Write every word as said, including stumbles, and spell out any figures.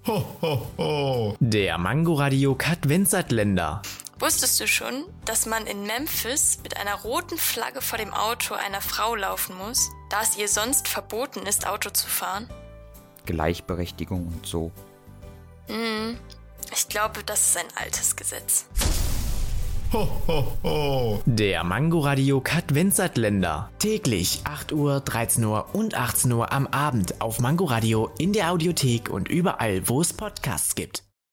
Ho, ho, ho. Der Mangoradio Adventskalender. Wusstest du schon, dass man in Memphis mit einer roten Flagge vor dem Auto einer Frau laufen muss, da es ihr sonst verboten ist, Auto zu fahren? Gleichberechtigung und so. Hm, ich glaube, das ist ein altes Gesetz. Ho, ho, ho. Der Mangoradio Adventskalender. Täglich acht Uhr, dreizehn Uhr und achtzehn Uhr am Abend auf Mangoradio, in der Audiothek und überall, wo es Podcasts gibt.